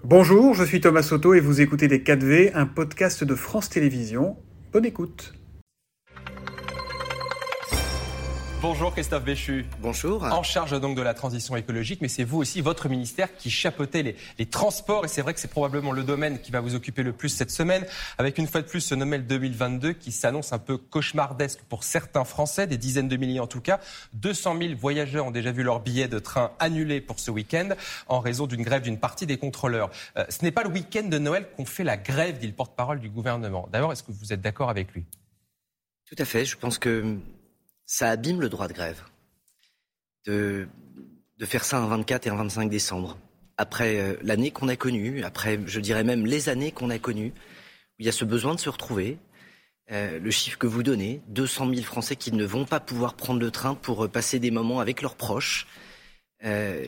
Bonjour, je suis Thomas Soto et vous écoutez Les 4V, un podcast de France Télévisions. Bonne écoute. Bonjour Christophe Béchu. Bonjour. En charge donc de la transition écologique, mais c'est vous aussi, votre ministère, qui chapeautez les transports. Et c'est vrai que c'est probablement le domaine qui va vous occuper le plus cette semaine, avec une fois de plus ce Noël 2022 qui s'annonce un peu cauchemardesque pour certains Français, des dizaines de milliers en tout cas. 200 000 voyageurs ont déjà vu leur billet de train annulé pour ce week-end en raison d'une grève d'une partie des contrôleurs. Ce n'est pas le week-end de Noël qu'on fait la grève, dit le porte-parole du gouvernement. D'abord, est-ce que vous êtes d'accord avec lui ? Tout à fait, je pense que ça abîme le droit de grève de faire ça un 24 et un 25 décembre. Après l'année qu'on a connue, après, je dirais même les années qu'on a connues, où il y a ce besoin de se retrouver. Le chiffre que vous donnez, 200 000 Français qui ne vont pas pouvoir prendre le train pour passer des moments avec leurs proches, ça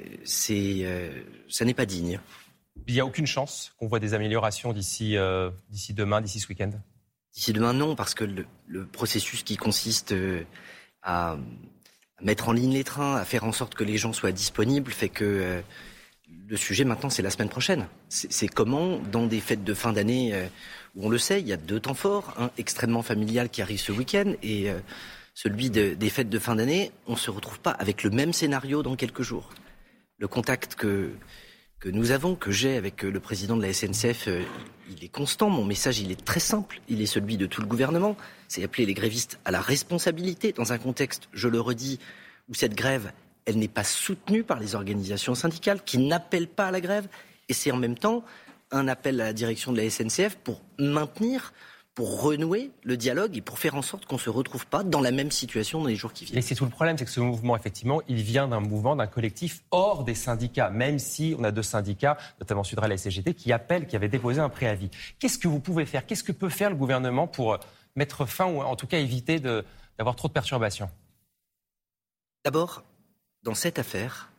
n'est pas digne. Il n'y a aucune chance qu'on voit des améliorations d'ici demain, d'ici ce week-end ? D'ici demain, non, parce que le processus qui consiste à mettre en ligne les trains, à faire en sorte que les gens soient disponibles, fait que le sujet maintenant c'est la semaine prochaine. C'est comment, dans des fêtes de fin d'année où on le sait, il y a deux temps forts, un extrêmement familial qui arrive ce week-end et celui des fêtes de fin d'année, on ne se retrouve pas avec le même scénario dans quelques jours. Le contact que nous avons, que j'ai avec le président de la SNCF, il est constant. Mon message, il est très simple. Il est celui de tout le gouvernement. C'est appeler les grévistes à la responsabilité dans un contexte, je le redis, où cette grève, elle n'est pas soutenue par les organisations syndicales qui n'appellent pas à la grève. Et c'est en même temps un appel à la direction de la SNCF pour maintenir, pour renouer le dialogue et pour faire en sorte qu'on ne se retrouve pas dans la même situation dans les jours qui viennent. Et c'est tout le problème, c'est que ce mouvement, effectivement, il vient d'un collectif hors des syndicats, même si on a deux syndicats, notamment Sudrail et CGT, qui avaient déposé un préavis. Qu'est-ce que vous pouvez faire ? Qu'est-ce que peut faire le gouvernement pour mettre fin ou en tout cas éviter d'avoir trop de perturbations ? D'abord, dans cette affaire,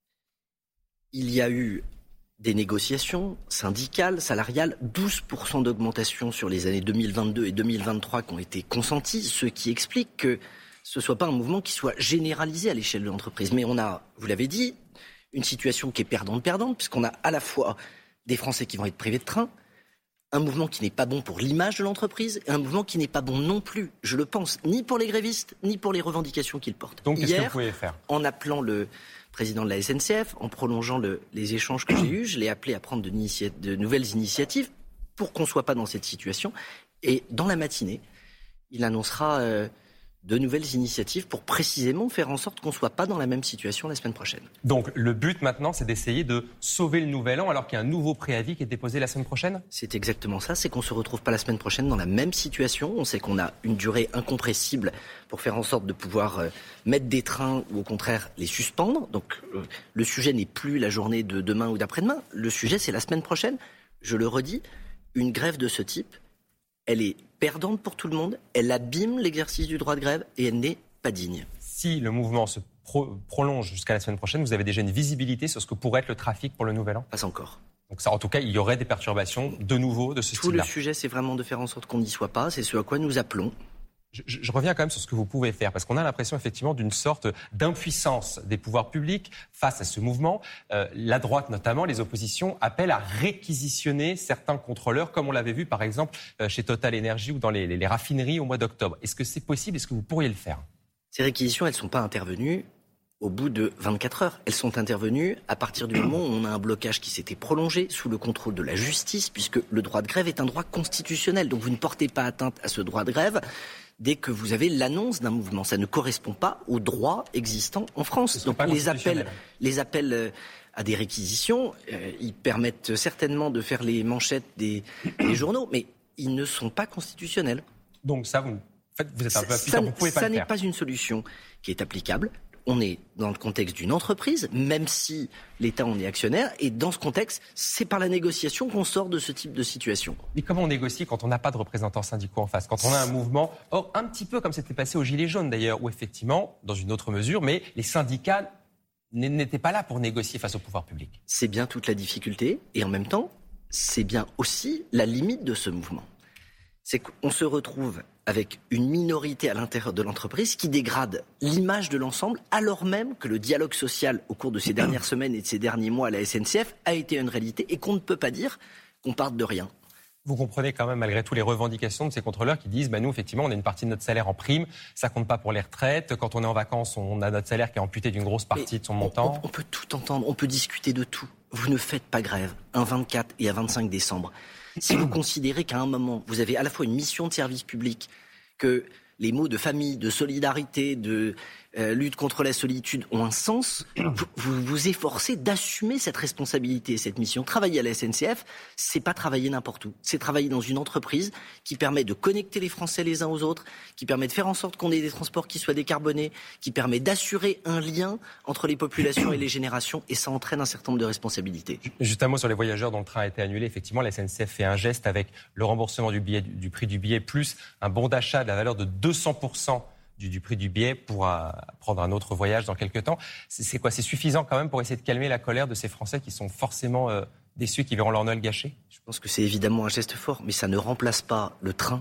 il y a eu des négociations syndicales, salariales, 12% d'augmentation sur les années 2022 et 2023 qui ont été consenties, ce qui explique que ce ne soit pas un mouvement qui soit généralisé à l'échelle de l'entreprise. Mais on a, vous l'avez dit, une situation qui est perdante-perdante, puisqu'on a à la fois des Français qui vont être privés de train, un mouvement qui n'est pas bon pour l'image de l'entreprise, et un mouvement qui n'est pas bon non plus, je le pense, ni pour les grévistes, ni pour les revendications qu'ils portent. Donc, qu'est-ce que vous pouvez faire ? En appelant le président de la SNCF, en prolongeant les échanges que j'ai eus, je l'ai appelé à prendre de nouvelles initiatives pour qu'on ne soit pas dans cette situation. Et dans la matinée, il annoncera de nouvelles initiatives pour précisément faire en sorte qu'on ne soit pas dans la même situation la semaine prochaine. Donc le but maintenant, c'est d'essayer de sauver le nouvel an alors qu'il y a un nouveau préavis qui est déposé la semaine prochaine ? C'est exactement ça, c'est qu'on ne se retrouve pas la semaine prochaine dans la même situation. On sait qu'on a une durée incompressible pour faire en sorte de pouvoir mettre des trains ou au contraire les suspendre. Donc le sujet n'est plus la journée de demain ou d'après-demain. Le sujet, c'est la semaine prochaine. Je le redis, une grève de ce type, elle est perdante pour tout le monde, elle abîme l'exercice du droit de grève et elle n'est pas digne. Si le mouvement se prolonge jusqu'à la semaine prochaine, vous avez déjà une visibilité sur ce que pourrait être le trafic pour le nouvel an ? Pas encore. Donc ça, en tout cas, il y aurait des perturbations de nouveau de ce style-là. Tout le sujet, c'est vraiment de faire en sorte qu'on n'y soit pas, c'est ce à quoi nous appelons. Je reviens quand même sur ce que vous pouvez faire, parce qu'on a l'impression effectivement d'une sorte d'impuissance des pouvoirs publics face à ce mouvement. La droite notamment, les oppositions, appellent à réquisitionner certains contrôleurs, comme on l'avait vu par exemple chez Total Energy ou dans les raffineries au mois d'octobre. Est-ce que c'est possible ? Est-ce que vous pourriez le faire ? Ces réquisitions, elles ne sont pas intervenues au bout de 24 heures. Elles sont intervenues à partir du moment où on a un blocage qui s'était prolongé sous le contrôle de la justice, puisque le droit de grève est un droit constitutionnel. Donc vous ne portez pas atteinte à ce droit de grève dès que vous avez l'annonce d'un mouvement. Ça ne correspond pas aux droits existants en France. Donc les appels à des réquisitions, ils permettent certainement de faire les manchettes des journaux, mais ils ne sont pas constitutionnels. Donc ça, vous êtes un peu impuissant, vous ne pouvez pas le faire. Ça n'est pas une solution qui est applicable. On est dans le contexte d'une entreprise, même si l'État en est actionnaire, et dans ce contexte, c'est par la négociation qu'on sort de ce type de situation. Mais comment on négocie quand on n'a pas de représentants syndicaux en face, quand on a un mouvement, un petit peu comme c'était passé aux Gilets jaunes d'ailleurs, où effectivement, dans une autre mesure, mais les syndicats n'étaient pas là pour négocier face au pouvoir public. C'est bien toute la difficulté, et en même temps, c'est bien aussi la limite de ce mouvement. c'est qu'on se retrouve avec une minorité à l'intérieur de l'entreprise qui dégrade l'image de l'ensemble, alors même que le dialogue social au cours de ces dernières semaines et de ces derniers mois à la SNCF a été une réalité et qu'on ne peut pas dire qu'on parte de rien. Vous comprenez quand même malgré tout les revendications de ces contrôleurs qui disent nous effectivement on a une partie de notre salaire en prime, ça compte pas pour les retraites, quand on est en vacances on a notre salaire qui est amputé d'une grosse partie de son montant. On peut tout entendre, on peut discuter de tout. Vous ne faites pas grève un 24 et un 25 décembre. Si vous considérez qu'à un moment vous avez à la fois une mission de service public, que les mots de famille, de solidarité, de lutte contre la solitude ont un sens, vous vous efforcez d'assumer cette responsabilité, cette mission. Travailler à la SNCF, c'est pas travailler n'importe où. C'est travailler dans une entreprise qui permet de connecter les Français les uns aux autres, qui permet de faire en sorte qu'on ait des transports qui soient décarbonés, qui permet d'assurer un lien entre les populations et les générations, et ça entraîne un certain nombre de responsabilités. Juste un mot sur les voyageurs dont le train a été annulé. Effectivement, la SNCF fait un geste avec le remboursement du prix du billet, plus un bon d'achat de la valeur de 200% du prix du billet pour prendre un autre voyage dans quelques temps. C'est quoi ? C'est suffisant quand même pour essayer de calmer la colère de ces Français qui sont forcément déçus, qui verront leur Noël gâché ? Je pense que c'est évidemment un geste fort, mais ça ne remplace pas le train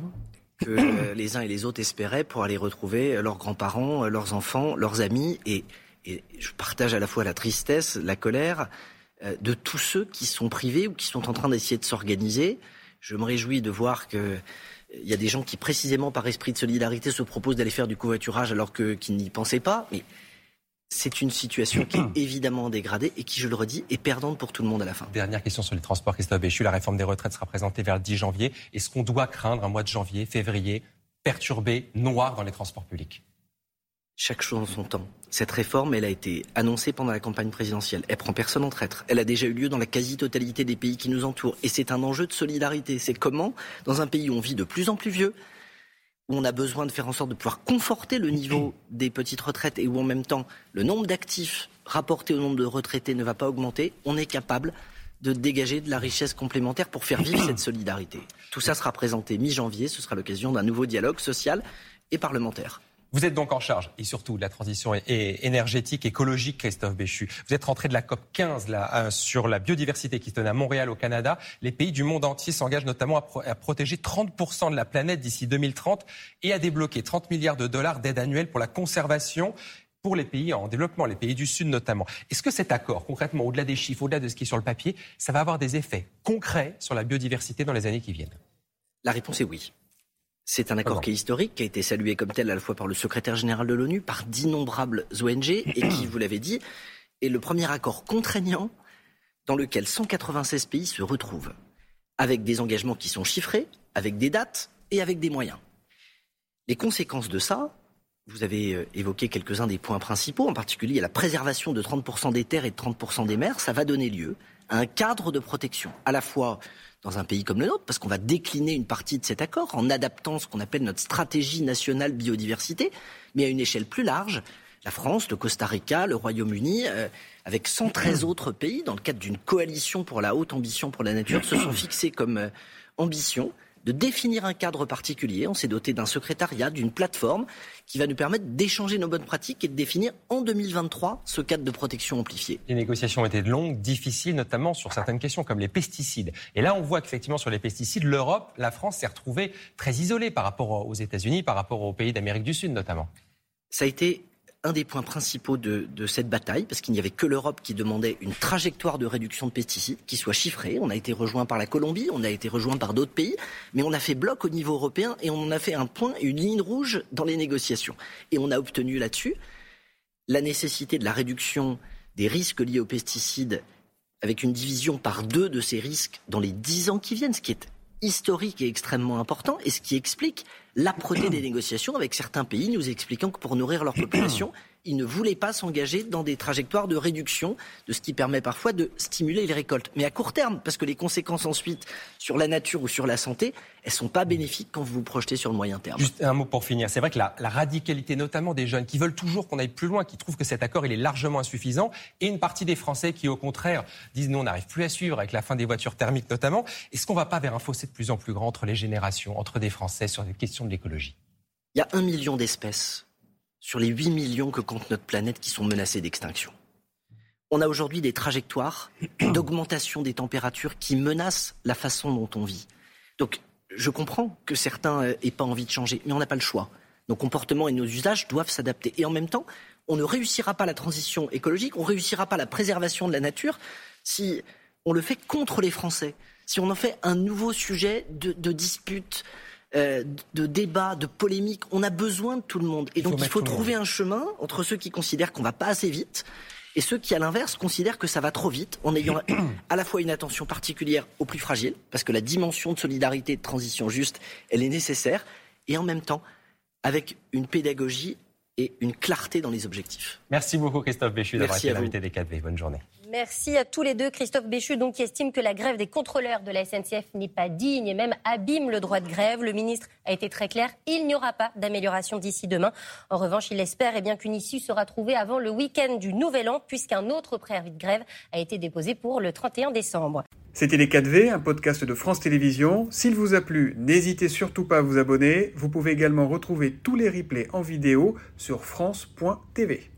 que les uns et les autres espéraient pour aller retrouver leurs grands-parents, leurs enfants, leurs amis. Et je partage à la fois la tristesse, la colère de tous ceux qui sont privés ou qui sont en train d'essayer de s'organiser. Je me réjouis de voir que il y a des gens qui, précisément par esprit de solidarité, se proposent d'aller faire du covoiturage alors qu'ils n'y pensaient pas. Mais c'est une situation qui est évidemment dégradée et qui, je le redis, est perdante pour tout le monde à la fin. Dernière question sur les transports, Christophe Béchu. La réforme des retraites sera présentée vers le 10 janvier. Est-ce qu'on doit craindre un mois de janvier, février, perturbé, noir dans les transports publics ? Chaque chose en son temps. Cette réforme, elle a été annoncée pendant la campagne présidentielle. Elle prend personne en traître. Elle a déjà eu lieu dans la quasi-totalité des pays qui nous entourent. Et c'est un enjeu de solidarité. C'est comment, dans un pays où on vit de plus en plus vieux, où on a besoin de faire en sorte de pouvoir conforter le niveau des petites retraites et où en même temps, le nombre d'actifs rapporté au nombre de retraités ne va pas augmenter, on est capable de dégager de la richesse complémentaire pour faire vivre cette solidarité. Tout ça sera présenté mi-janvier. Ce sera l'occasion d'un nouveau dialogue social et parlementaire. Vous êtes donc en charge, et surtout, de la transition énergétique, écologique, Christophe Béchu. Vous êtes rentré de la COP 15 sur la biodiversité qui se tenait à Montréal, au Canada. Les pays du monde entier s'engagent notamment à protéger 30% de la planète d'ici 2030 et à débloquer 30 milliards de dollars d'aide annuelle pour la conservation pour les pays en développement, les pays du Sud notamment. Est-ce que cet accord, concrètement, au-delà des chiffres, au-delà de ce qui est sur le papier, ça va avoir des effets concrets sur la biodiversité dans les années qui viennent ? La réponse est oui. C'est un accord qui est historique, qui a été salué comme tel à la fois par le secrétaire général de l'ONU, par d'innombrables ONG, et qui, vous l'avez dit, est le premier accord contraignant dans lequel 196 pays se retrouvent, avec des engagements qui sont chiffrés, avec des dates et avec des moyens. Les conséquences de ça, vous avez évoqué quelques-uns des points principaux, en particulier la préservation de 30% des terres et de 30% des mers, ça va donner lieu à un cadre de protection, à la fois dans un pays comme le nôtre, parce qu'on va décliner une partie de cet accord en adaptant ce qu'on appelle notre stratégie nationale biodiversité, mais à une échelle plus large. La France, le Costa Rica, le Royaume-Uni, avec 113 autres pays, dans le cadre d'une coalition pour la haute ambition pour la nature, se sont fixés comme ambition de définir un cadre particulier. On s'est doté d'un secrétariat, d'une plateforme qui va nous permettre d'échanger nos bonnes pratiques et de définir en 2023 ce cadre de protection amplifié. Les négociations ont été longues, difficiles, notamment sur certaines questions comme les pesticides. Et là, on voit qu'effectivement, sur les pesticides, l'Europe, la France s'est retrouvée très isolée par rapport aux États-Unis, par rapport aux pays d'Amérique du Sud notamment. Ça a été un des points principaux de cette bataille, parce qu'il n'y avait que l'Europe qui demandait une trajectoire de réduction de pesticides qui soit chiffrée. On a été rejoint par la Colombie, on a été rejoint par d'autres pays, mais on a fait bloc au niveau européen et on en a fait un point et une ligne rouge dans les négociations. Et on a obtenu là-dessus la nécessité de la réduction des risques liés aux pesticides avec une division par 2 de ces risques dans les 10 ans qui viennent, ce qui est historique et extrêmement important, et ce qui explique l'âpreté des négociations avec certains pays nous expliquant que pour nourrir leur population, ils ne voulaient pas s'engager dans des trajectoires de réduction de ce qui permet parfois de stimuler les récoltes. Mais à court terme, parce que les conséquences ensuite sur la nature ou sur la santé, elles ne sont pas bénéfiques quand vous vous projetez sur le moyen terme. Juste un mot pour finir. C'est vrai que la radicalité notamment des jeunes qui veulent toujours qu'on aille plus loin, qui trouvent que cet accord il est largement insuffisant, et une partie des Français qui au contraire disent nous on n'arrive plus à suivre avec la fin des voitures thermiques notamment. Est-ce qu'on ne va pas vers un fossé de plus en plus grand entre les générations, entre des Français sur des questions de l'écologie ? Il y a 1 million d'espèces sur les 8 millions que compte notre planète qui sont menacées d'extinction. On a aujourd'hui des trajectoires d'augmentation des températures qui menacent la façon dont on vit. Donc, je comprends que certains aient pas envie de changer, mais on n'a pas le choix. Nos comportements et nos usages doivent s'adapter. Et en même temps, on ne réussira pas la transition écologique, on ne réussira pas la préservation de la nature si on le fait contre les Français. Si on en fait un nouveau sujet de dispute, de débat, de polémique, on a besoin de tout le monde. Et donc il faut trouver un chemin entre ceux qui considèrent qu'on ne va pas assez vite et ceux qui, à l'inverse, considèrent que ça va trop vite, en ayant à la fois une attention particulière aux plus fragiles, parce que la dimension de solidarité et de transition juste, elle est nécessaire, et en même temps, avec une pédagogie et une clarté dans les objectifs. Merci beaucoup Christophe Béchu d'avoir été l'invité des 4V. Bonne journée. Merci à tous les deux. Christophe Béchu, donc, qui estime que la grève des contrôleurs de la SNCF n'est pas digne et même abîme le droit de grève. Le ministre a été très clair, il n'y aura pas d'amélioration d'ici demain. En revanche, il espère qu'une issue sera trouvée avant le week-end du Nouvel An, puisqu'un autre préavis de grève a été déposé pour le 31 décembre. C'était Les 4V, un podcast de France Télévisions. S'il vous a plu, n'hésitez surtout pas à vous abonner. Vous pouvez également retrouver tous les replays en vidéo sur France.tv.